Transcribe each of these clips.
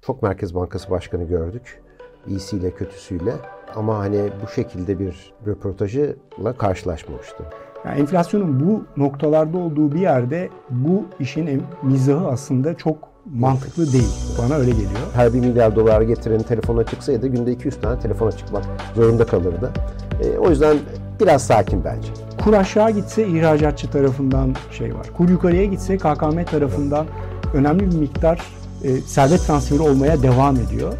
Çok Merkez Bankası Başkanı gördük. İyisiyle kötüsüyle. Ama hani bu şekilde bir röportajla karşılaşmamıştım. Yani enflasyonun bu noktalarda olduğu bir yerde bu işin mizahı aslında çok mantıklı değil. Bana öyle geliyor. Her 1 milyar dolar getirenin telefona çıksaydı günde 200 tane telefona çıkmak zorunda kalırdı. O yüzden biraz sakin bence. Kur aşağı gitse ihracatçı tarafından şey var. Kur yukarıya gitse KKM tarafından önemli bir miktar servet transferi olmaya devam ediyor.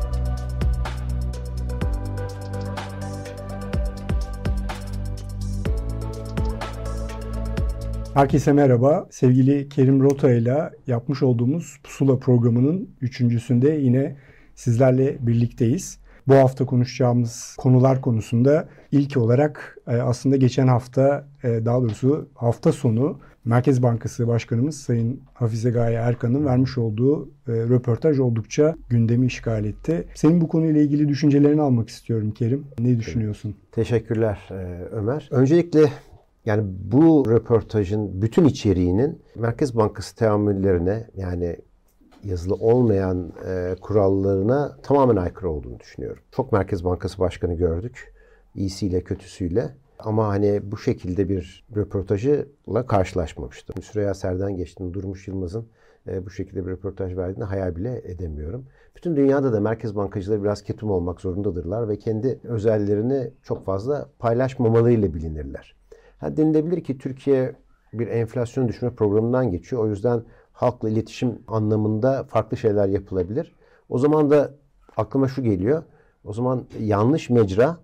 Herkese merhaba. Sevgili Kerim Rota ile yapmış olduğumuz Pusula programının 3.'sünde yine sizlerle birlikteyiz. Bu hafta konuşacağımız konular konusunda ilk olarak aslında geçen hafta, daha doğrusu hafta sonu Merkez Bankası Başkanımız Sayın Hafize Gaye Erkan'ın vermiş olduğu röportaj oldukça gündemi işgal etti. Senin bu konuyla ilgili düşüncelerini almak istiyorum Kerim. Ne düşünüyorsun? Teşekkürler Ömer. Öncelikle yani bu röportajın bütün içeriğinin Merkez Bankası teamüllerine, yani yazılı olmayan kurallarına tamamen aykırı olduğunu düşünüyorum. Çok Merkez Bankası Başkanı gördük. İyisiyle kötüsüyle. Ama hani bu şekilde bir röportajla karşılaşmamıştım. Süreyya Serden geçtim. Durmuş Yılmaz'ın bu şekilde bir röportaj verdiğini hayal bile edemiyorum. Bütün dünyada da merkez bankacıları biraz ketum olmak zorundadırlar ve kendi özellerini çok fazla paylaşmamalarıyla bilinirler. Denilebilir ki Türkiye bir enflasyon düşürme programından geçiyor. O yüzden halkla iletişim anlamında farklı şeyler yapılabilir. O zaman da aklıma şu geliyor. O zaman yanlış mecra,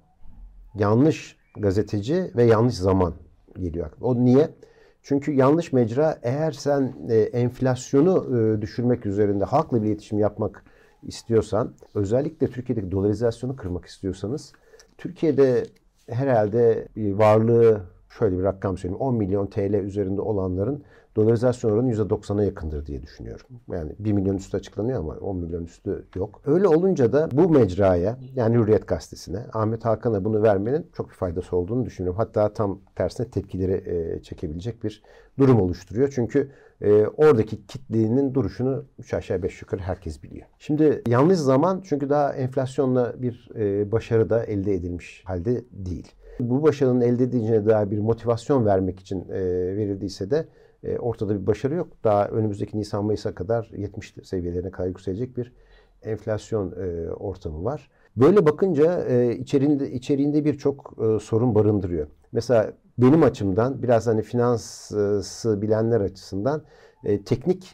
yanlış gazeteci ve yanlış zaman geliyor aklıma. O niye? Çünkü yanlış mecra, eğer sen enflasyonu düşürmek üzerinde halkla bir iletişim yapmak istiyorsan, özellikle Türkiye'deki dolarizasyonu kırmak istiyorsanız, Türkiye'de herhalde varlığı, şöyle bir rakam söyleyeyim, 10 milyon TL üzerinde olanların dolarizasyon oranı %90'a yakındır diye düşünüyorum. Yani 1 milyon üstü açıklanıyor ama 10 milyon üstü yok. Öyle olunca da bu mecraya, yani Hürriyet Gazetesi'ne, Ahmet Hakan'a bunu vermenin çok bir faydası olduğunu düşünüyorum. Hatta tam tersine tepkileri çekebilecek bir durum oluşturuyor. Çünkü oradaki kitlenin duruşunu 3 aşağı 5 yukarı herkes biliyor. Şimdi yanlış zaman, çünkü daha enflasyonla bir başarı da elde edilmiş halde değil. Bu başarının elde edileceğine dair bir motivasyon vermek için verildiyse de ortada bir başarı yok. Daha önümüzdeki Nisan-Mayıs'a kadar 70 seviyelerine kadar yükselecek bir enflasyon ortamı var. Böyle bakınca içeriğinde birçok sorun barındırıyor. Mesela benim açımdan, biraz hani finansı bilenler açısından teknik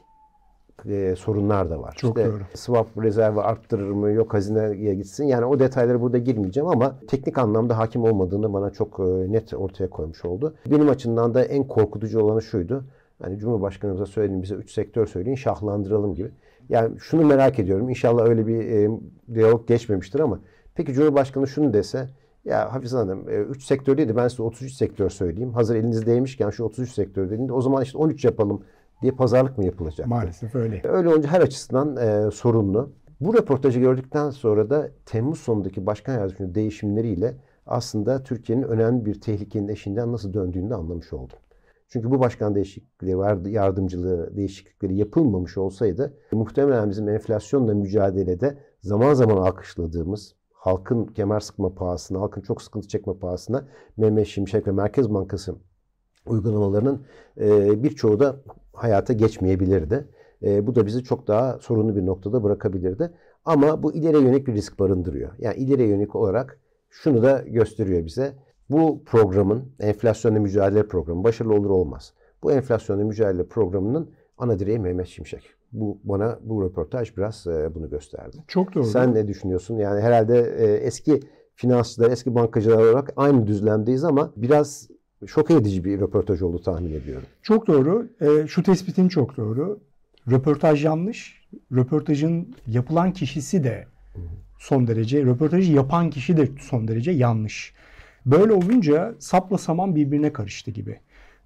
sorunlar da var. Çok işte doğru. Swap rezervi arttırır mı, yok hazineye gitsin. Yani o detaylara burada girmeyeceğim ama teknik anlamda hakim olmadığını bana çok net ortaya koymuş oldu. Benim açımdan da en korkutucu olanı şuydu. Hani Cumhurbaşkanımıza söyleyin, bize 3 sektör söyleyin, şahlandıralım gibi. Yani şunu merak ediyorum. İnşallah öyle bir diyalog geçmemiştir ama peki Cumhurbaşkanı şunu dese: ya Hafize Hanım, 3 sektör değil de ben size 33 sektör söyleyeyim. Hazır elinizdeymişken şu 33 sektör dediğinde o zaman işte 13 yapalım diye pazarlık mı yapılacak? Maalesef öyle. Öyle olunca her açısından sorunlu. Bu röportajı gördükten sonra da Temmuz sonundaki başkan yardımcısı değişimleriyle aslında Türkiye'nin önemli bir tehlikenin eşiğinden nasıl döndüğünü de anlamış oldum. Çünkü bu başkan değişiklikleri, yardımcılığı değişiklikleri yapılmamış olsaydı muhtemelen bizim enflasyonla mücadelede zaman zaman alkışladığımız, halkın kemer sıkma pahasına, halkın çok sıkıntı çekme pahasına Mehmet Şimşek ve Merkez Bankası uygulamalarının birçoğu da hayata geçmeyebilirdi. Bu da bizi çok daha sorunlu bir noktada bırakabilirdi. Ama bu ileriye yönelik bir risk barındırıyor. Yani ileriye yönelik olarak şunu da gösteriyor bize. Bu programın, enflasyonla mücadele programı başarılı olur olmaz. Bu enflasyonla mücadele programının ana direği Mehmet Şimşek. Bana bu röportaj biraz bunu gösterdi. Çok doğru. Sen ne düşünüyorsun? Yani herhalde eski finansçılar, eski bankacılar olarak aynı düzlemdeyiz ama biraz şok edici bir röportaj oldu tahmin ediyorum. Çok doğru. Şu tespitin çok doğru. Röportaj yanlış. Röportajın yapılan kişisi de son derece, röportajı yapan kişi de son derece yanlış. Böyle olunca sapla saman birbirine karıştı gibi.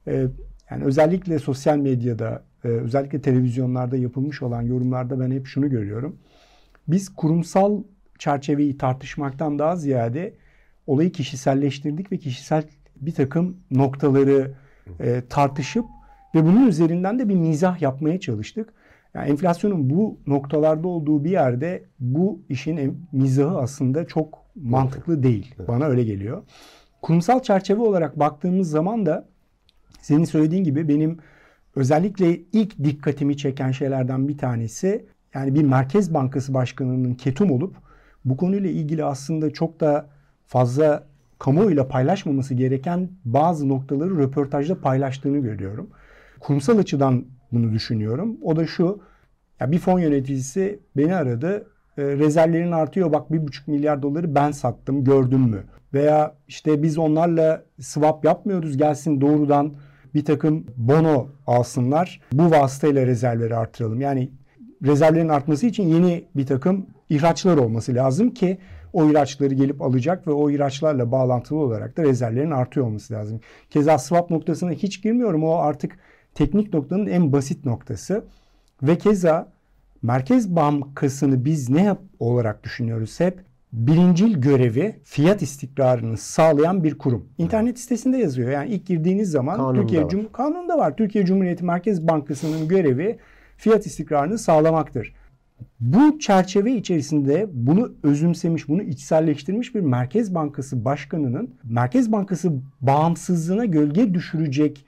Yani özellikle sosyal medyada, özellikle televizyonlarda yapılmış olan yorumlarda ben hep şunu görüyorum. Biz kurumsal çerçeveyi tartışmaktan daha ziyade olayı kişiselleştirdik ve kişisel bir takım noktaları tartışıp ve bunun üzerinden de bir mizah yapmaya çalıştık. Yani enflasyonun bu noktalarda olduğu bir yerde bu işin mizahı aslında çok mantıklı değil. Bana öyle geliyor. Kurumsal çerçeve olarak baktığımız zaman da senin söylediğin gibi benim özellikle ilk dikkatimi çeken şeylerden bir tanesi, yani bir Merkez Bankası Başkanı'nın ketum olup bu konuyla ilgili aslında çok da fazla kamuoyuyla paylaşmaması gereken bazı noktaları röportajda paylaştığını görüyorum. Kurumsal açıdan bunu düşünüyorum. O da şu: ya bir fon yöneticisi beni aradı. Rezervlerin artıyor, bak 1,5 milyar doları ben sattım, gördün mü? Veya işte biz onlarla swap yapmıyoruz, gelsin doğrudan bir takım bono alsınlar. Bu vasıtayla rezervleri artıralım. Yani rezervlerin artması için yeni bir takım ihraçlar olması lazım ki o ihraçları gelip alacak ve o ihraçlarla bağlantılı olarak da rezervlerin artıyor olması lazım. Keza swap noktasına hiç girmiyorum. O artık teknik noktanın en basit noktası. Ve keza Merkez Bankası'nı biz ne olarak düşünüyoruz hep? Birincil görevi fiyat istikrarını sağlayan bir kurum. İnternet sitesinde yazıyor. Yani ilk girdiğiniz zaman kanunda var. Türkiye Cumhuriyeti Merkez Bankası'nın görevi fiyat istikrarını sağlamaktır. Bu çerçeve içerisinde bunu özümsemiş, bunu içselleştirmiş bir Merkez Bankası Başkanı'nın Merkez Bankası bağımsızlığına gölge düşürecek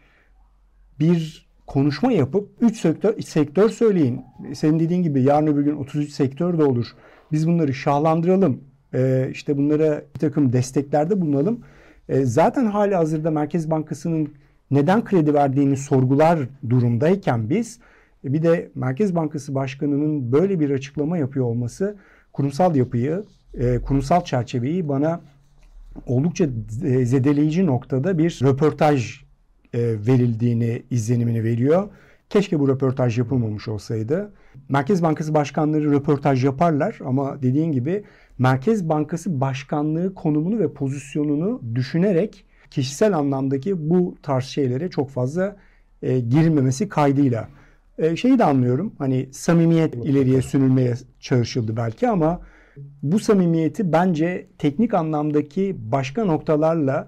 bir konuşma yapıp 3 sektör söyleyin. Senin dediğin gibi yarın öbür gün 33 sektör de olur. Biz bunları şahlandıralım. İşte bunlara bir takım desteklerde bulunalım. Zaten hali hazırda Merkez Bankası'nın neden kredi verdiğini sorgular durumdayken biz bir de Merkez Bankası Başkanı'nın böyle bir açıklama yapıyor olması kurumsal yapıyı, kurumsal çerçeveyi bana oldukça zedeleyici noktada bir röportaj verildiğini izlenimini veriyor. Keşke bu röportaj yapılmamış olsaydı. Merkez Bankası başkanları röportaj yaparlar ama dediğin gibi Merkez Bankası Başkanlığı konumunu ve pozisyonunu düşünerek kişisel anlamdaki bu tarz şeylere çok fazla girilmemesi kaydıyla. Şeyi de anlıyorum, hani samimiyet ileriye sürülmeye çalışıldı belki ama bu samimiyeti bence teknik anlamdaki başka noktalarla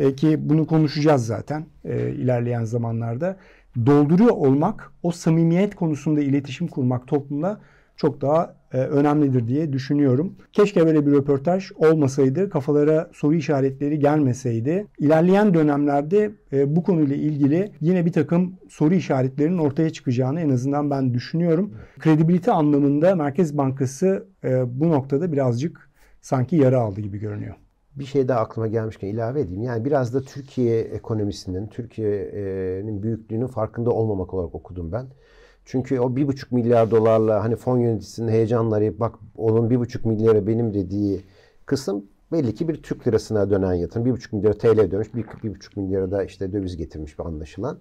ki bunu konuşacağız zaten ilerleyen zamanlarda dolduruyor olmak, o samimiyet konusunda iletişim kurmak toplumla çok daha önemlidir diye düşünüyorum. Keşke böyle bir röportaj olmasaydı, kafalara soru işaretleri gelmeseydi. İlerleyen dönemlerde bu konuyla ilgili yine bir takım soru işaretlerinin ortaya çıkacağını en azından ben düşünüyorum. Kredibilite anlamında Merkez Bankası bu noktada birazcık sanki yara aldı gibi görünüyor. Bir şey daha aklıma gelmişken ilave edeyim. Yani biraz da Türkiye ekonomisinin, Türkiye'nin büyüklüğünün farkında olmamak olarak okudum ben. Çünkü o 1,5 milyar dolarla hani fon yöneticisinin heyecanları, bak onun 1,5 milyara benim dediği kısım belli ki bir Türk lirasına dönen yatırım. 1,5 milyara TL dönmüş, 1,5 milyara da işte döviz getirmiş bir anlaşılan.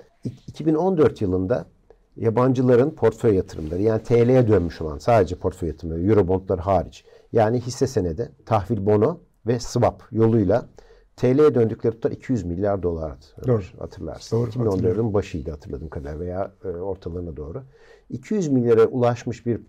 2014 yılında yabancıların portföy yatırımları, yani TL'ye dönmüş olan sadece portföy yatırımları, Eurobondlar hariç, yani hisse senedi, tahvil bono ve swap yoluyla TL'ye döndükleri tutar 200 milyar dolardı. Doğru. Hatırlarsın. 2014'ün başıydı hatırladığım kadar veya ortalarına doğru. 200 milyara ulaşmış bir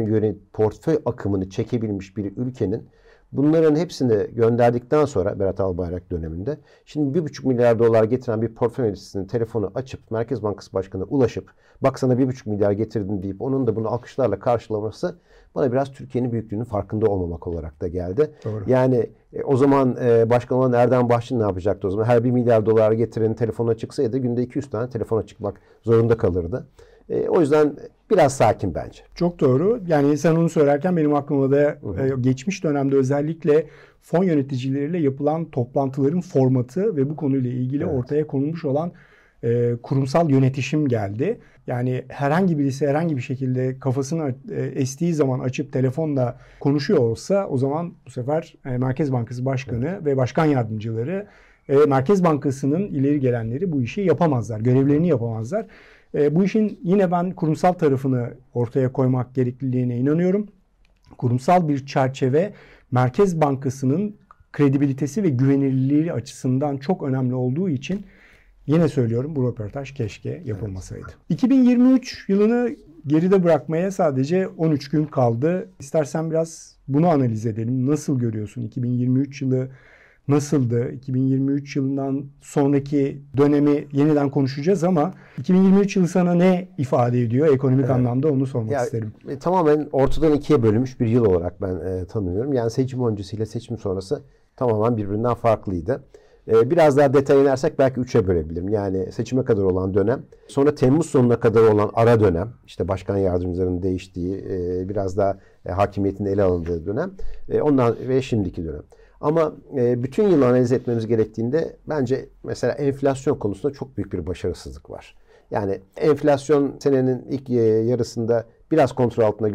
portföy akımını çekebilmiş bir ülkenin bunların hepsini gönderdikten sonra Berat Albayrak döneminde şimdi 1,5 milyar dolar getiren bir portföy yöneticisinin telefonu açıp Merkez Bankası Başkanı'na ulaşıp bak sana 1,5 milyar getirdim deyip onun da bunu alkışlarla karşılaması bana biraz Türkiye'nin büyüklüğünün farkında olmamak olarak da geldi. Doğru. Yani o zaman başkan olan Erdem Bahçeli ne yapacaktı o zaman? Her 1 milyar dolar getirenin telefona çıksaydı günde 200 tane telefona çıkmak zorunda kalırdı. O yüzden biraz sakin bence. Çok doğru. Yani sen onu söylerken benim aklıma da geçmiş dönemde özellikle fon yöneticileriyle yapılan toplantıların formatı ve bu konuyla ilgili ortaya konulmuş olan kurumsal yönetişim geldi. Yani herhangi birisi herhangi bir şekilde kafasını estiği zaman açıp telefonla konuşuyor olsa o zaman bu sefer Merkez Bankası Başkanı ve Başkan Yardımcıları Merkez Bankası'nın ileri gelenleri bu işi yapamazlar. Görevlerini yapamazlar. Bu işin yine ben kurumsal tarafını ortaya koymak gerekliliğine inanıyorum. Kurumsal bir çerçeve Merkez Bankası'nın kredibilitesi ve güvenilirliği açısından çok önemli olduğu için yine söylüyorum bu röportaj keşke yapılmasaydı. Evet. 2023 yılını geride bırakmaya sadece 13 gün kaldı. İstersen biraz bunu analiz edelim. Nasıl görüyorsun 2023 yılı? nasıldı? 2023 yılından sonraki dönemi yeniden konuşacağız ama 2023 yılı sana ne ifade ediyor ekonomik anlamda onu sormak isterim. Tamamen ortadan ikiye bölünmüş bir yıl olarak ben tanımlıyorum. Yani seçim öncesiyle seçim sonrası tamamen birbirinden farklıydı. Biraz daha detaya inersek belki 3'e bölebilirim. Yani seçime kadar olan dönem, sonra Temmuz sonuna kadar olan ara dönem, işte başkan yardımcılarının değiştiği, biraz daha hakimiyetin ele alındığı dönem, ondan ve şimdiki dönem. Ama bütün yılı analiz etmemiz gerektiğinde bence mesela enflasyon konusunda çok büyük bir başarısızlık var. Yani enflasyon senenin ilk yarısında biraz kontrol altında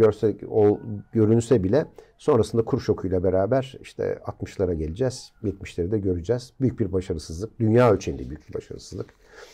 görünse bile sonrasında kur şokuyla beraber işte 60'lara geleceğiz, 70'leri de göreceğiz. Büyük bir başarısızlık, dünya ölçeğinde büyük bir başarısızlık.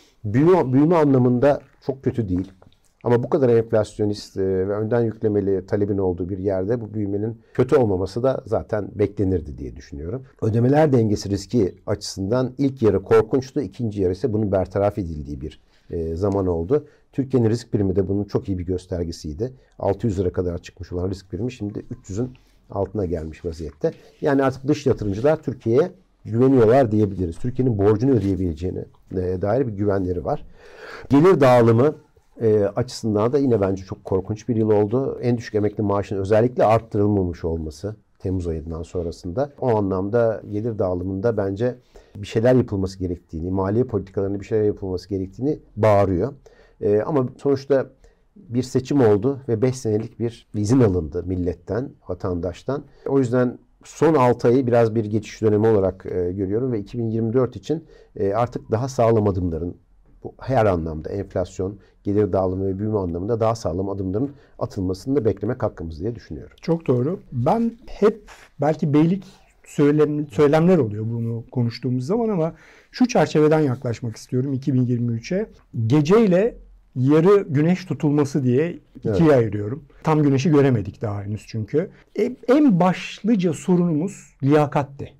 Büyüme anlamında çok kötü değil. Ama bu kadar enflasyonist ve önden yüklemeli talebin olduğu bir yerde bu büyümenin kötü olmaması da zaten beklenirdi diye düşünüyorum. Ödemeler dengesi riski açısından ilk yarı korkunçtu, ikinci yarı ise bunun bertaraf edildiği bir zaman oldu. Türkiye'nin risk primi de bunun çok iyi bir göstergesiydi. 600 lira kadar çıkmış olan risk primi şimdi 300'ün altına gelmiş vaziyette. Yani artık dış yatırımcılar Türkiye'ye güveniyorlar diyebiliriz. Türkiye'nin borcunu ödeyebileceğine dair bir güvenleri var. Gelir dağılımı açısından da yine bence çok korkunç bir yıl oldu. En düşük emekli maaşının özellikle arttırılmamış olması Temmuz ayından sonrasında o anlamda gelir dağılımında bence bir şeyler yapılması gerektiğini, maliye politikalarında bir şeyler yapılması gerektiğini bağırıyor. Ama sonuçta bir seçim oldu ve 5 senelik bir izin alındı milletten, vatandaştan. O yüzden son 6 ayı biraz bir geçiş dönemi olarak görüyorum ve 2024 için artık daha sağlam adımların, bu her anlamda enflasyon, gelir dağılımı ve büyüme anlamında daha sağlam adımların atılmasını da beklemek hakkımız diye düşünüyorum. Çok doğru. Ben hep belki beylik söylemler oluyor bunu konuştuğumuz zaman ama şu çerçeveden yaklaşmak istiyorum 2023'e. Geceyle yarı güneş tutulması diye ikiye ayırıyorum. Tam güneşi göremedik daha henüz çünkü. En başlıca sorunumuz liyakatti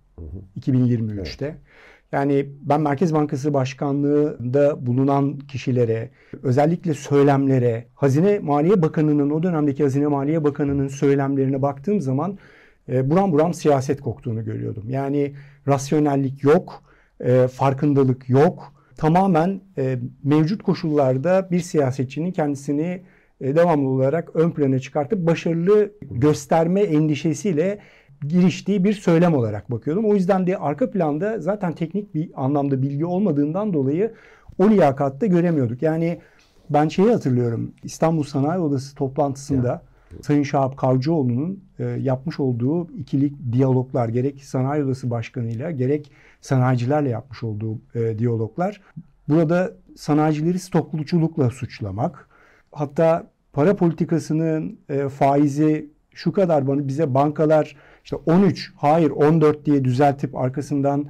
2023'te. Evet. Yani ben Merkez Bankası Başkanlığı'nda bulunan kişilere, özellikle söylemlere, Hazine Maliye Bakanı'nın, o dönemdeki Hazine Maliye Bakanı'nın söylemlerine baktığım zaman buram buram siyaset koktuğunu görüyordum. Yani rasyonellik yok, farkındalık yok. Tamamen mevcut koşullarda bir siyasetçinin kendisini devamlı olarak ön plana çıkartıp başarılı gösterme endişesiyle giriştiği bir söylem olarak bakıyordum. O yüzden de arka planda zaten teknik bir anlamda bilgi olmadığından dolayı o liyakatta göremiyorduk. Yani ben şeyi hatırlıyorum, İstanbul Sanayi Odası toplantısında Sayın Şahap Kavcıoğlu'nun yapmış olduğu ikili diyaloglar, gerek Sanayi Odası Başkanı'yla gerek sanayicilerle yapmış olduğu diyaloglar. Burada sanayicileri stokçulukla suçlamak, hatta para politikasının faizi şu kadar bize bankalar işte 13, hayır 14 diye düzeltip arkasından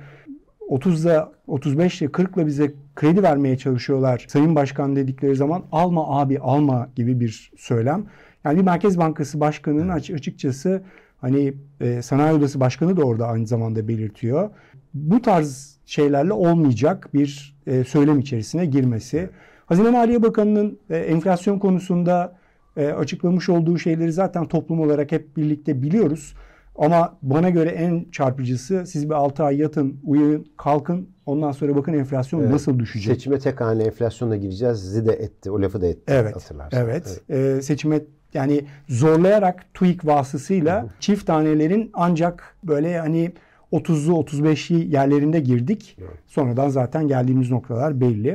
30'la, 35'le, 40'la bize kredi vermeye çalışıyorlar. Sayın Başkan dedikleri zaman alma abi alma gibi bir söylem. Yani bir Merkez Bankası Başkanı'nın açıkçası hani Sanayi Odası Başkanı da orada aynı zamanda belirtiyor. Bu tarz şeylerle olmayacak bir söylem içerisine girmesi. Hazine Maliye Bakanı'nın enflasyon konusunda açıklamış olduğu şeyleri zaten toplum olarak hep birlikte biliyoruz. Ama bana göre en çarpıcısı siz bir 6 ay yatın, uyuyun, kalkın. Ondan sonra bakın enflasyon nasıl düşecek. Seçime tek hane enflasyonla gireceğiz de etti. O lafı da etti. Evet. Hatırlarsın. Evet. Seçime yani zorlayarak TÜİK vasıtasıyla çift tanelerin ancak böyle hani 30'lu 35'li yerlerinde girdik. Evet. Sonradan zaten geldiğimiz noktalar belli.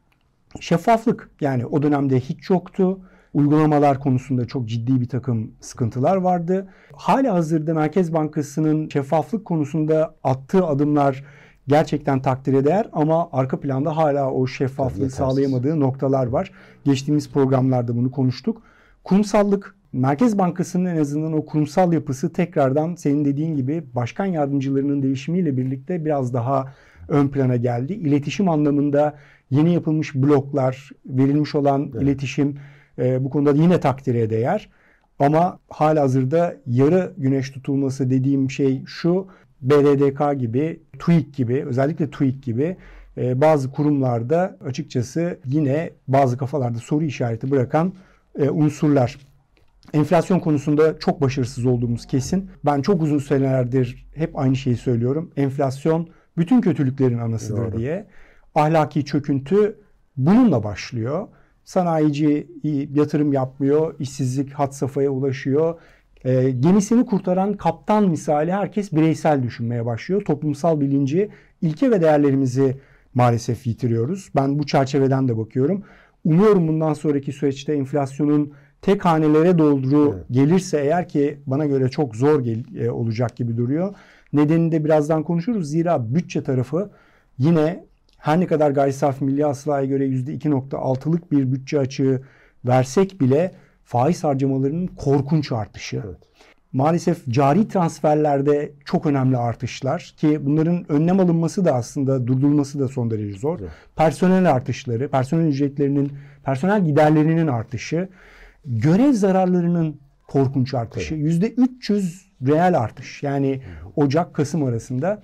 Şeffaflık yani o dönemde hiç yoktu. Uygulamalar konusunda çok ciddi bir takım sıkıntılar vardı. Halihazırda Merkez Bankası'nın şeffaflık konusunda attığı adımlar gerçekten takdire değer ama arka planda hala o şeffaflığı sağlayamadığı noktalar var. Geçtiğimiz programlarda bunu konuştuk. Kurumsallık, Merkez Bankası'nın en azından o kurumsal yapısı tekrardan senin dediğin gibi başkan yardımcılarının değişimiyle birlikte biraz daha ön plana geldi. İletişim anlamında yeni yapılmış bloklar, verilmiş olan iletişim bu konuda yine takdire değer. Ama halihazırda yarı güneş tutulması dediğim şey şu: BDDK gibi, TÜİK gibi, özellikle TÜİK gibi bazı kurumlarda açıkçası yine bazı kafalarda soru işareti bırakan unsurlar. Enflasyon konusunda çok başarısız olduğumuz kesin. Ben çok uzun senelerdir hep aynı şeyi söylüyorum. Enflasyon bütün kötülüklerin anasıdır Doğru. diye. Ahlaki çöküntü bununla başlıyor. Sanayici yatırım yapmıyor, işsizlik had safhaya ulaşıyor. Gemisini kurtaran kaptan misali herkes bireysel düşünmeye başlıyor. Toplumsal bilinci, ilke ve değerlerimizi maalesef yitiriyoruz. Ben bu çerçeveden de bakıyorum. Umuyorum bundan sonraki süreçte enflasyonun tek hanelere doğru gelirse eğer, ki bana göre çok zor olacak gibi duruyor. Nedenini de birazdan konuşuruz. Zira bütçe tarafı yine her ne kadar gayri safi milli hasılaya göre %2.6'lık bir bütçe açığı versek bile faiz harcamalarının korkunç artışı. Evet. Maalesef cari transferlerde çok önemli artışlar, ki bunların önlem alınması da aslında durdurulması da son derece zor. Evet. Personel artışları, personel ücretlerinin, personel giderlerinin artışı, görev zararlarının korkunç artışı, %300 reel artış. Yani Ocak-Kasım arasında.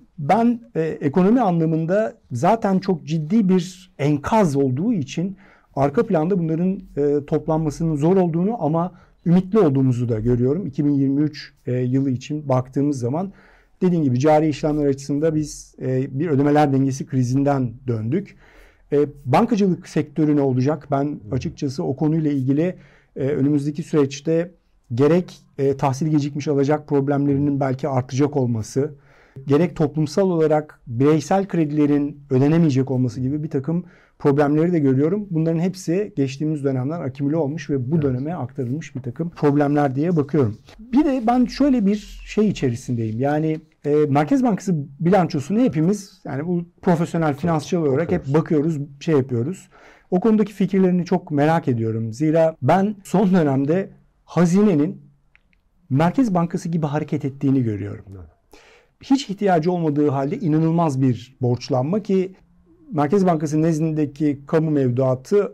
Ben ekonomi anlamında zaten çok ciddi bir enkaz olduğu için arka planda bunların toplanmasının zor olduğunu ama ümitli olduğumuzu da görüyorum. 2023 yılı için baktığımız zaman dediğim gibi cari işlemler açısında biz bir ödemeler dengesi krizinden döndük. Bankacılık sektörü ne olacak? Ben açıkçası o konuyla ilgili önümüzdeki süreçte gerek tahsil gecikmiş alacak problemlerinin belki artacak olması, gerek toplumsal olarak bireysel kredilerin ödenemeyecek olması gibi bir takım problemleri de görüyorum. Bunların hepsi geçtiğimiz dönemler akümüle olmuş ve bu döneme aktarılmış bir takım problemler diye bakıyorum. Bir de ben şöyle bir şey içerisindeyim. Yani Merkez Bankası bilançosunu hepimiz, yani bu profesyonel finansçı olarak hep bakıyoruz, şey yapıyoruz. O konudaki fikirlerini çok merak ediyorum. Zira ben son dönemde hazinenin Merkez Bankası gibi hareket ettiğini görüyorum. Hiç ihtiyacı olmadığı halde inanılmaz bir borçlanma, ki Merkez Bankası nezdindeki kamu mevduatı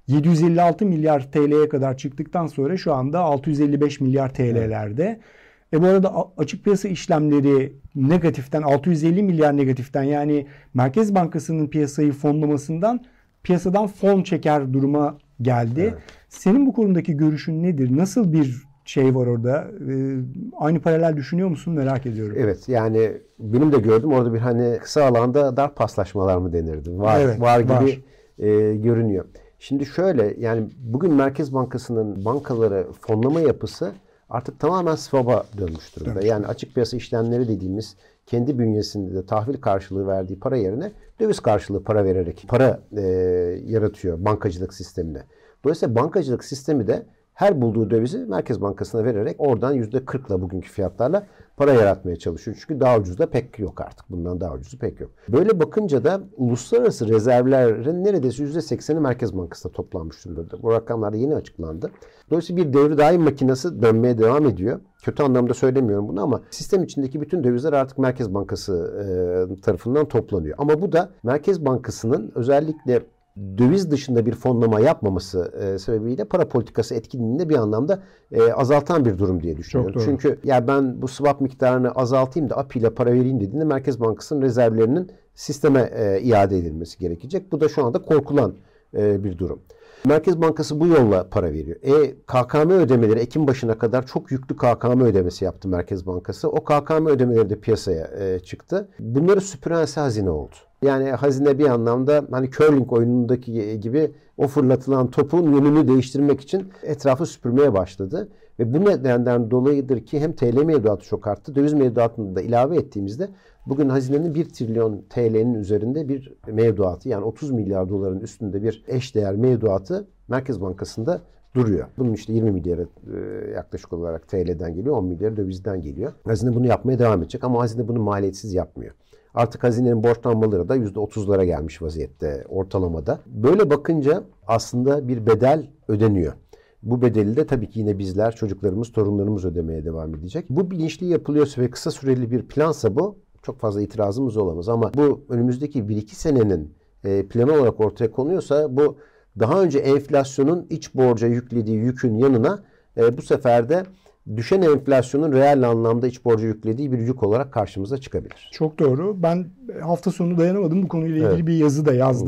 756 milyar TL'ye kadar çıktıktan sonra şu anda 655 milyar TL'lerde. Bu arada açık piyasa işlemleri negatiften, 650 milyar negatiften, yani Merkez Bankası'nın piyasayı fonlamasından piyasadan fon çeker duruma geldi. Evet. Senin bu konudaki görüşün nedir? Nasıl bir şey var orada? Aynı paralel düşünüyor musun? Merak ediyorum. Evet, yani benim de gördüm orada bir hani kısa alanda dar paslaşmalar mı denirdi? Var, evet, var gibi görünüyor. Şimdi şöyle, yani bugün Merkez Bankası'nın bankaları fonlama yapısı artık tamamen swap'a dönmüş durumda. Evet. Yani açık piyasa işlemleri dediğimiz kendi bünyesinde de tahvil karşılığı verdiği para yerine döviz karşılığı para vererek para yaratıyor bankacılık sistemine. Dolayısıyla bankacılık sistemi de her bulduğu dövizi Merkez Bankası'na vererek oradan %40'la bugünkü fiyatlarla para yaratmaya çalışıyor. Çünkü daha ucuz da pek yok artık. Bundan daha ucuzu pek yok. Böyle bakınca da uluslararası rezervlerin neredeyse %80'i Merkez Bankası'na toplanmış durumda. Bu rakamlar da yeni açıklandı. Dolayısıyla bir devri daim makinesi dönmeye devam ediyor. Kötü anlamda söylemiyorum bunu ama sistem içindeki bütün dövizler artık Merkez Bankası tarafından toplanıyor. Ama bu da Merkez Bankası'nın özellikle döviz dışında bir fonlama yapmaması sebebiyle para politikası etkinliğini de bir anlamda azaltan bir durum diye düşünüyorum. Çünkü ya ben bu swap miktarını azaltayım da API ile para vereyim dediğinde Merkez Bankası'nın rezervlerinin sisteme iade edilmesi gerekecek. Bu da şu anda korkulan bir durum. Merkez Bankası bu yolla para veriyor. KKM ödemeleri Ekim başına kadar çok yüklü KKM ödemesi yaptı Merkez Bankası. O KKM ödemeleri de piyasaya çıktı. Bunları süpüren hazine oldu. Yani hazine bir anlamda hani curling oyunundaki gibi o fırlatılan topun yönünü değiştirmek için etrafı süpürmeye başladı. Ve bu nedenden dolayıdır ki hem TL mevduatı çok arttı. Döviz mevduatını da ilave ettiğimizde bugün hazinenin 1 trilyon TL'nin üzerinde bir mevduatı, yani 30 milyar doların üstünde bir eşdeğer mevduatı Merkez Bankası'nda duruyor. Bunun işte 20 milyarı yaklaşık olarak TL'den geliyor, 10 milyarı dövizden geliyor. Hazine bunu yapmaya devam edecek ama hazine bunu maliyetsiz yapmıyor. Artık hazinenin borçlanmaları da %30'lara gelmiş vaziyette ortalamada. Böyle bakınca aslında bir bedel ödeniyor. Bu bedeli de tabii ki yine bizler, çocuklarımız, torunlarımız ödemeye devam edecek. Bu bilinçli yapılıyorsa ve kısa süreli bir plansa bu, çok fazla itirazımız olamaz. Ama bu önümüzdeki 1-2 senenin planı olarak ortaya konuyorsa bu daha önce enflasyonun iç borca yüklediği yükün yanına bu sefer de düşen enflasyonun reel anlamda iç borca yüklediği bir yük olarak karşımıza çıkabilir. Çok doğru. Ben hafta sonu dayanamadım. Bu konuyla ilgili bir yazı da yazdım.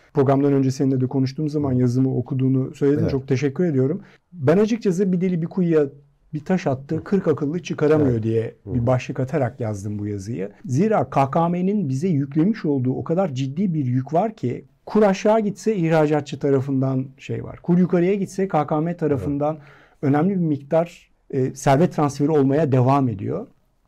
Programdan önce seninle de konuştuğum zaman yazımı okuduğunu söyledin. Evet. Çok teşekkür ediyorum. Ben açıkçası bir deli bir kuyuya bir taş attı, 40 akıllı çıkaramıyor diye bir başlık atarak yazdım bu yazıyı. Zira KKM'nin bize yüklemiş olduğu o kadar ciddi bir yük var ki kur aşağı gitse ihracatçı tarafından şey var. Kur yukarıya gitse KKM tarafından önemli bir miktar servet transferi olmaya devam ediyor.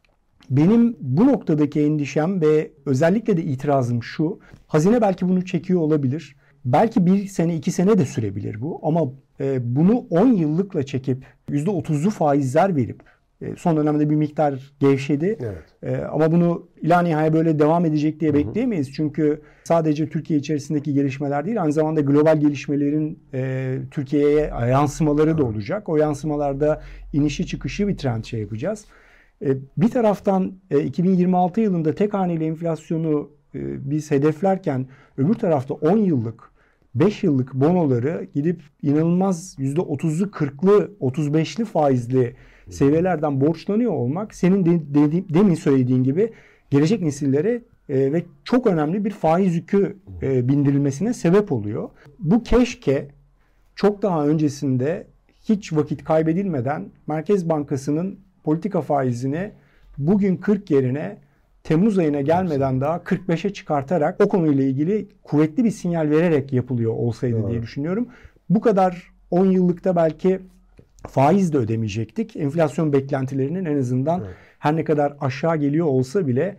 Benim bu noktadaki endişem ve özellikle de itirazım şu. Hazine belki bunu çekiyor olabilir. Belki 1 sene 2 sene de sürebilir bu. Ama bunu 10 yıllıkla çekip %30'lu faizler verip son dönemde bir miktar gevşedi. Evet. Ama bunu ilanihaya böyle devam edecek diye bekleyemeyiz. Çünkü sadece Türkiye içerisindeki gelişmeler değil, aynı zamanda global gelişmelerin Türkiye'ye yansımaları da olacak. O yansımalarda inişi çıkışı bir trend şey yapacağız. Bir taraftan 2026 yılında tek haneli enflasyonu biz hedeflerken öbür tarafta 10 yıllık, 5 yıllık bonoları gidip inanılmaz %30'lu, 40'lı, 35'li faizli seviyelerden borçlanıyor olmak senin demin söylediğin gibi gelecek nesillere ve çok önemli bir faiz yükü bindirilmesine sebep oluyor. Bu keşke çok daha öncesinde hiç vakit kaybedilmeden Merkez Bankası'nın politika faizini bugün 40 yerine Temmuz ayına gelmeden daha 45'e çıkartarak o konuyla ilgili kuvvetli bir sinyal vererek yapılıyor olsaydı diye düşünüyorum. Bu kadar 10 yıllıkta belki faiz de ödemeyecektik. Enflasyon beklentilerinin en azından her ne kadar aşağı geliyor olsa bile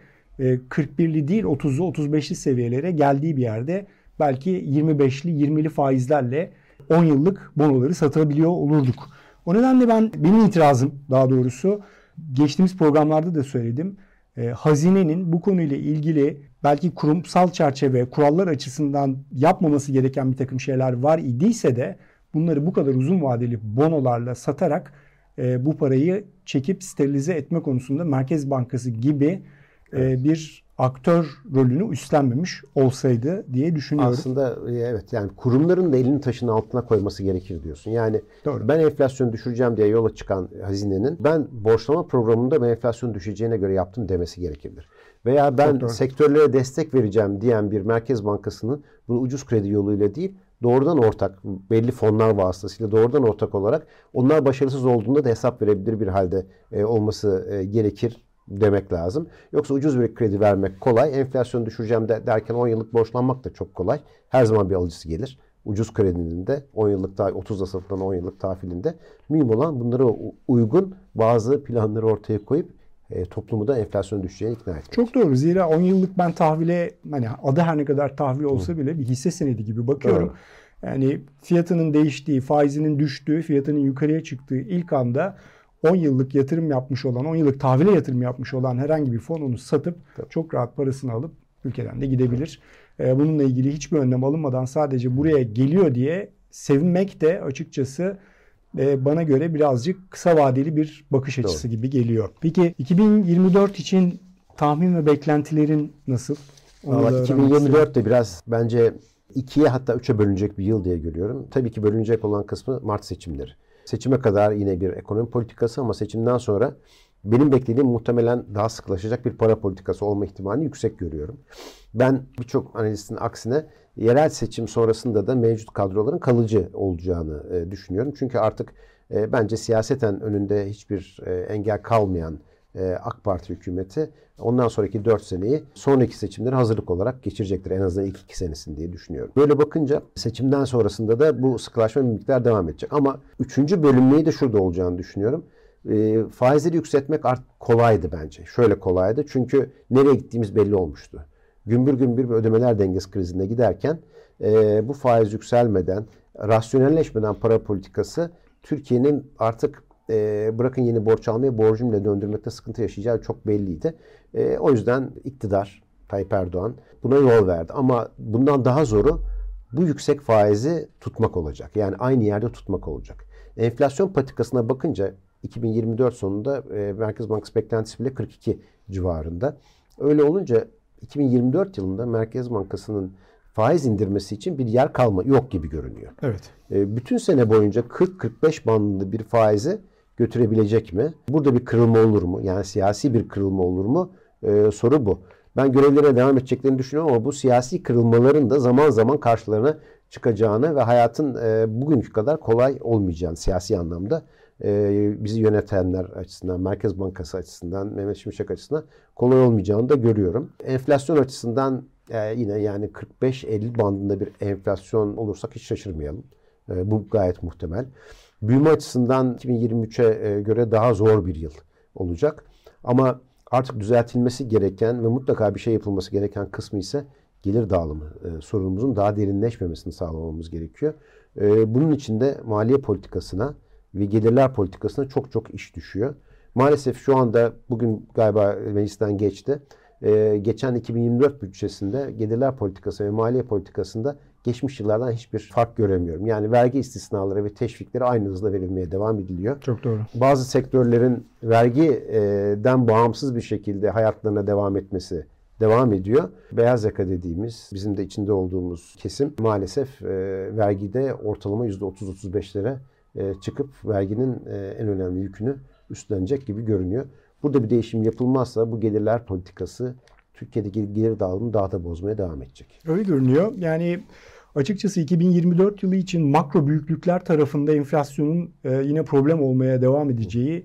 41'li değil 30'lu 35'li seviyelere geldiği bir yerde belki 25'li 20'li faizlerle 10 yıllık bonoları satabiliyor olurduk. O nedenle benim itirazım daha doğrusu geçtiğimiz programlarda da söyledim. Hazinenin bu konuyla ilgili belki kurumsal çerçeve, kurallar açısından yapmaması gereken bir takım şeyler var idiyse de bunları bu kadar uzun vadeli bonolarla satarak bu parayı çekip sterilize etme konusunda Merkez Bankası gibi bir aktör rolünü üstlenmemiş olsaydı diye düşünüyorum. Aslında evet, yani kurumların da elini taşın altına koyması gerekir diyorsun. Yani doğru. Ben enflasyonu düşüreceğim diye yola çıkan hazinenin ben borçlama programında ben enflasyonu düşeceğine göre yaptım demesi gerekirdir. Veya ben sektörlere destek vereceğim diyen bir Merkez Bankası'nın bunu ucuz kredi yoluyla değil, doğrudan ortak, belli fonlar vasıtasıyla doğrudan ortak olarak onlar başarısız olduğunda da hesap verebilir bir halde olması gerekir demek lazım. Yoksa ucuz bir kredi vermek kolay. Enflasyonu düşüreceğim derken 10 yıllık borçlanmak da çok kolay. Her zaman bir alıcısı gelir. Ucuz kredinin de 10 yıllık 30'da satılan 10 yıllık tahvilinde. Mühim olan bunlara uygun bazı planları ortaya koyup toplumu da enflasyonu düşeceğine ikna etmek. Çok doğru. Zira 10 yıllık ben tahvile, hani adı her ne kadar tahvil olsa bile bir hisse senedi gibi bakıyorum. Doğru. Yani fiyatının değiştiği, faizinin düştüğü, fiyatının yukarıya çıktığı ilk anda 10 yıllık yatırım yapmış olan, 10 yıllık tahvile yatırım yapmış olan herhangi bir fon onu satıp çok rahat parasını alıp ülkeden de gidebilir. Bununla ilgili hiçbir önlem alınmadan sadece buraya geliyor diye sevinmek de açıkçası bana göre birazcık kısa vadeli bir bakış açısı gibi geliyor. Peki 2024 için tahmin ve beklentilerin nasıl? Valla 2024 de biraz bence 2'ye hatta 3'e bölünecek bir yıl diye görüyorum. Tabii ki bölünecek olan kısmı Mart seçimleri. Seçime kadar yine bir ekonomi politikası ama seçimden sonra benim beklediğim muhtemelen daha sıklaşacak bir para politikası olma ihtimalini yüksek görüyorum. Ben birçok analistin aksine yerel seçim sonrasında da mevcut kadroların kalıcı olacağını düşünüyorum. Çünkü artık bence siyaseten önünde hiçbir engel kalmayan AK Parti hükümeti ondan sonraki 4 seneyi sonraki seçimlere hazırlık olarak geçirecektir. En azından ilk 2 senesini diye düşünüyorum. Böyle bakınca seçimden sonrasında da bu sıkılaşma bir miktar devam edecek. Ama 3. bölünmeyi de şurada olacağını düşünüyorum. Faizleri yükseltmek artık kolaydı bence. Şöyle kolaydı. Çünkü nereye gittiğimiz belli olmuştu. Gümbür gümbür bir ödemeler dengesi krizine giderken bu faiz yükselmeden, rasyonelleşmeden para politikası Türkiye'nin artık bırakın yeni borç almayı borcumla döndürmekte sıkıntı yaşayacağı çok belliydi. O yüzden iktidar Tayyip Erdoğan buna yol verdi. Ama bundan daha zoru bu yüksek faizi tutmak olacak. Yani aynı yerde tutmak olacak. Enflasyon patikasına bakınca 2024 sonunda Merkez Bankası beklentisi bile 42 civarında. Öyle olunca 2024 yılında Merkez Bankası'nın faiz indirmesi için bir yer yok gibi görünüyor. Evet. Bütün sene boyunca 40-45 bandında bir faizi götürebilecek mi? Burada bir kırılma olur mu? Yani siyasi bir kırılma olur mu? Soru bu. Ben görevlerine devam edeceklerini düşünüyorum ama bu siyasi kırılmaların da zaman zaman karşılarına çıkacağını ve hayatın bugünkü kadar kolay olmayacağını siyasi anlamda bizi yönetenler açısından, Merkez Bankası açısından, Mehmet Şimşek açısından kolay olmayacağını da görüyorum. Enflasyon açısından yine yani 45-50 bandında bir enflasyon olursak hiç şaşırmayalım. Bu gayet muhtemel. Büyüme açısından 2023'e göre daha zor bir yıl olacak. Ama artık düzeltilmesi gereken ve mutlaka bir şey yapılması gereken kısmı ise gelir dağılımı sorunumuzun daha derinleşmemesini sağlamamız gerekiyor. Bunun için de maliye politikasına ve gelirler politikasına çok çok iş düşüyor. Maalesef şu anda bugün galiba meclisten geçti. Geçen 2024 bütçesinde gelirler politikası ve maliye politikasında geçmiş yıllardan hiçbir fark göremiyorum. Yani vergi istisnaları ve teşvikleri aynı hızla verilmeye devam ediliyor. Çok doğru. Bazı sektörlerin vergiden bağımsız bir şekilde hayatlarına devam etmesi devam ediyor. Beyaz yaka dediğimiz, bizim de içinde olduğumuz kesim maalesef vergide ortalama %30-35'lere çıkıp verginin en önemli yükünü üstlenecek gibi görünüyor. Burada bir değişim yapılmazsa bu gelirler politikası Türkiye'deki gelir dağılımını daha da bozmaya devam edecek. Öyle görünüyor. Yani açıkçası 2024 yılı için makro büyüklükler tarafında enflasyonun yine problem olmaya devam edeceği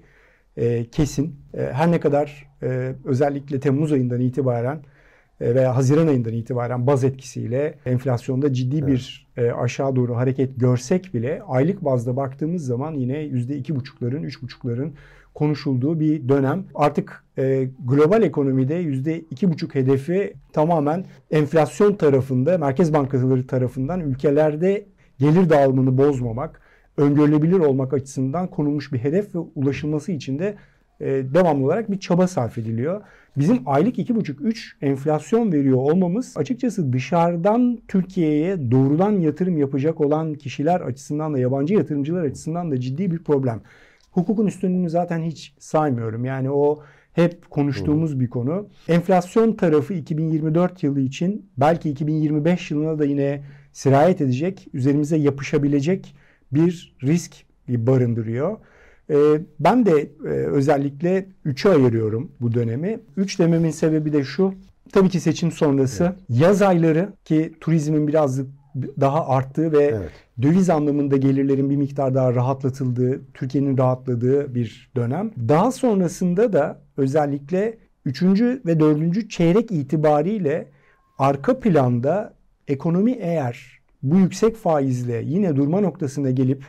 kesin. Her ne kadar özellikle Temmuz ayından itibaren veya Haziran ayından itibaren baz etkisiyle enflasyonda ciddi bir aşağı doğru hareket görsek bile aylık bazda baktığımız zaman yine %2,5'ların, 3,5'ların konuşulduğu bir dönem. Artık global ekonomide %2,5 hedefi tamamen enflasyon tarafında, merkez bankaları tarafından ülkelerde gelir dağılımını bozmamak, öngörülebilir olmak açısından konulmuş bir hedef ve ulaşılması için de devamlı olarak bir çaba sarf ediliyor. Bizim aylık 2,5-3 enflasyon veriyor olmamız açıkçası dışarıdan Türkiye'ye doğrudan yatırım yapacak olan kişiler açısından da yabancı yatırımcılar açısından da ciddi bir problem. Hukukun üstünlüğünü zaten hiç saymıyorum. Yani o hep konuştuğumuz bir konu. Enflasyon tarafı 2024 yılı için belki 2025 yılına da yine sirayet edecek, üzerimize yapışabilecek bir risk barındırıyor. Ben de özellikle 3'e ayırıyorum bu dönemi. 3 dememin sebebi de şu. Tabii ki seçim sonrası yaz ayları ki turizmin biraz daha arttığı ve döviz anlamında gelirlerin bir miktar daha rahatlatıldığı, Türkiye'nin rahatladığı bir dönem. Daha sonrasında da özellikle 3. ve 4. çeyrek itibariyle arka planda ekonomi eğer bu yüksek faizle yine durma noktasına gelip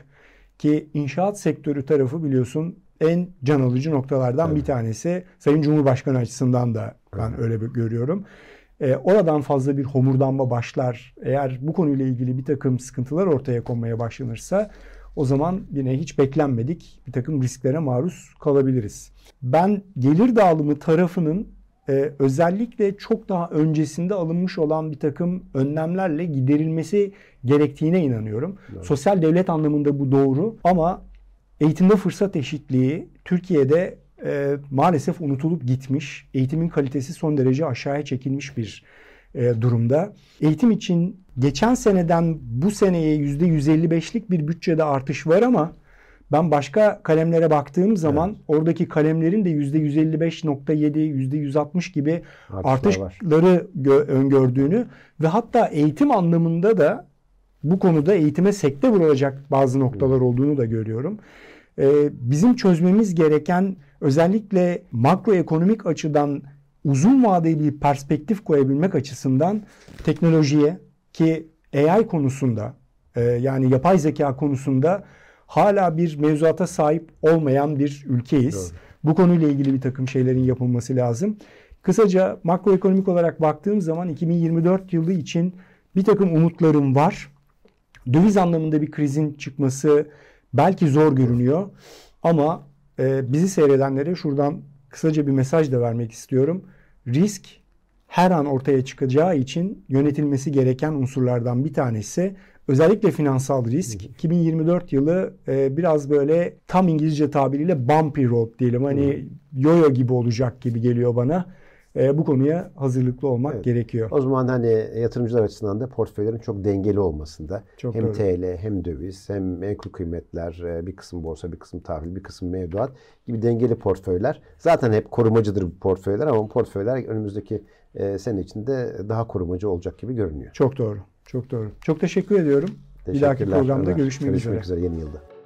ki inşaat sektörü tarafı biliyorsun en can alıcı noktalardan bir tanesi. Sayın Cumhurbaşkanı açısından da ben öyle görüyorum. Oradan fazla bir homurdanma başlar. Eğer bu konuyla ilgili bir takım sıkıntılar ortaya konmaya başlanırsa o zaman yine hiç beklenmedik bir takım risklere maruz kalabiliriz. Ben gelir dağılımı tarafının özellikle çok daha öncesinde alınmış olan bir takım önlemlerle giderilmesi gerektiğine inanıyorum. Evet. Sosyal devlet anlamında bu doğru ama eğitimde fırsat eşitliği Türkiye'de maalesef unutulup gitmiş. Eğitimin kalitesi son derece aşağıya çekilmiş bir durumda. Eğitim için geçen seneden bu seneye %155'lik bir bütçede artış var ama ben başka kalemlere baktığım zaman oradaki kalemlerin de %155.7, %160 gibi artışları öngördüğünü ve hatta eğitim anlamında da bu konuda eğitime sekte vurulacak bazı noktalar olduğunu da görüyorum. Bizim çözmemiz gereken özellikle makroekonomik açıdan uzun vadeli bir perspektif koyabilmek açısından teknolojiye ki AI konusunda yani yapay zeka konusunda hala bir mevzuata sahip olmayan bir ülkeyiz. Doğru. Bu konuyla ilgili bir takım şeylerin yapılması lazım. Kısaca makroekonomik olarak baktığım zaman 2024 yılı için bir takım umutlarım var. Döviz anlamında bir krizin çıkması belki zor görünüyor. Ama bizi seyredenlere şuradan kısaca bir mesaj da vermek istiyorum. Risk her an ortaya çıkacağı için yönetilmesi gereken unsurlardan bir tanesi. Özellikle finansal risk. 2024 yılı biraz böyle tam İngilizce tabiriyle bumpy road diyelim. Hani yo-yo gibi olacak gibi geliyor bana. Bu konuya hazırlıklı olmak Evet. gerekiyor. O zaman hani yatırımcılar açısından da portföylerin çok dengeli olmasında Çok hem doğru. TL hem döviz hem menkul kıymetler, bir kısım borsa, bir kısım tahvil, bir kısım mevduat gibi dengeli portföyler. Zaten hep korumacıdır bu portföyler ama bu portföyler önümüzdeki sene içinde daha korumacı olacak gibi görünüyor. Çok doğru. Çok doğru. Çok teşekkür ediyorum. Bir dahaki Teşekkürler programda Ömer. görüşmek üzere. Görüşmek üzere yeni yılda.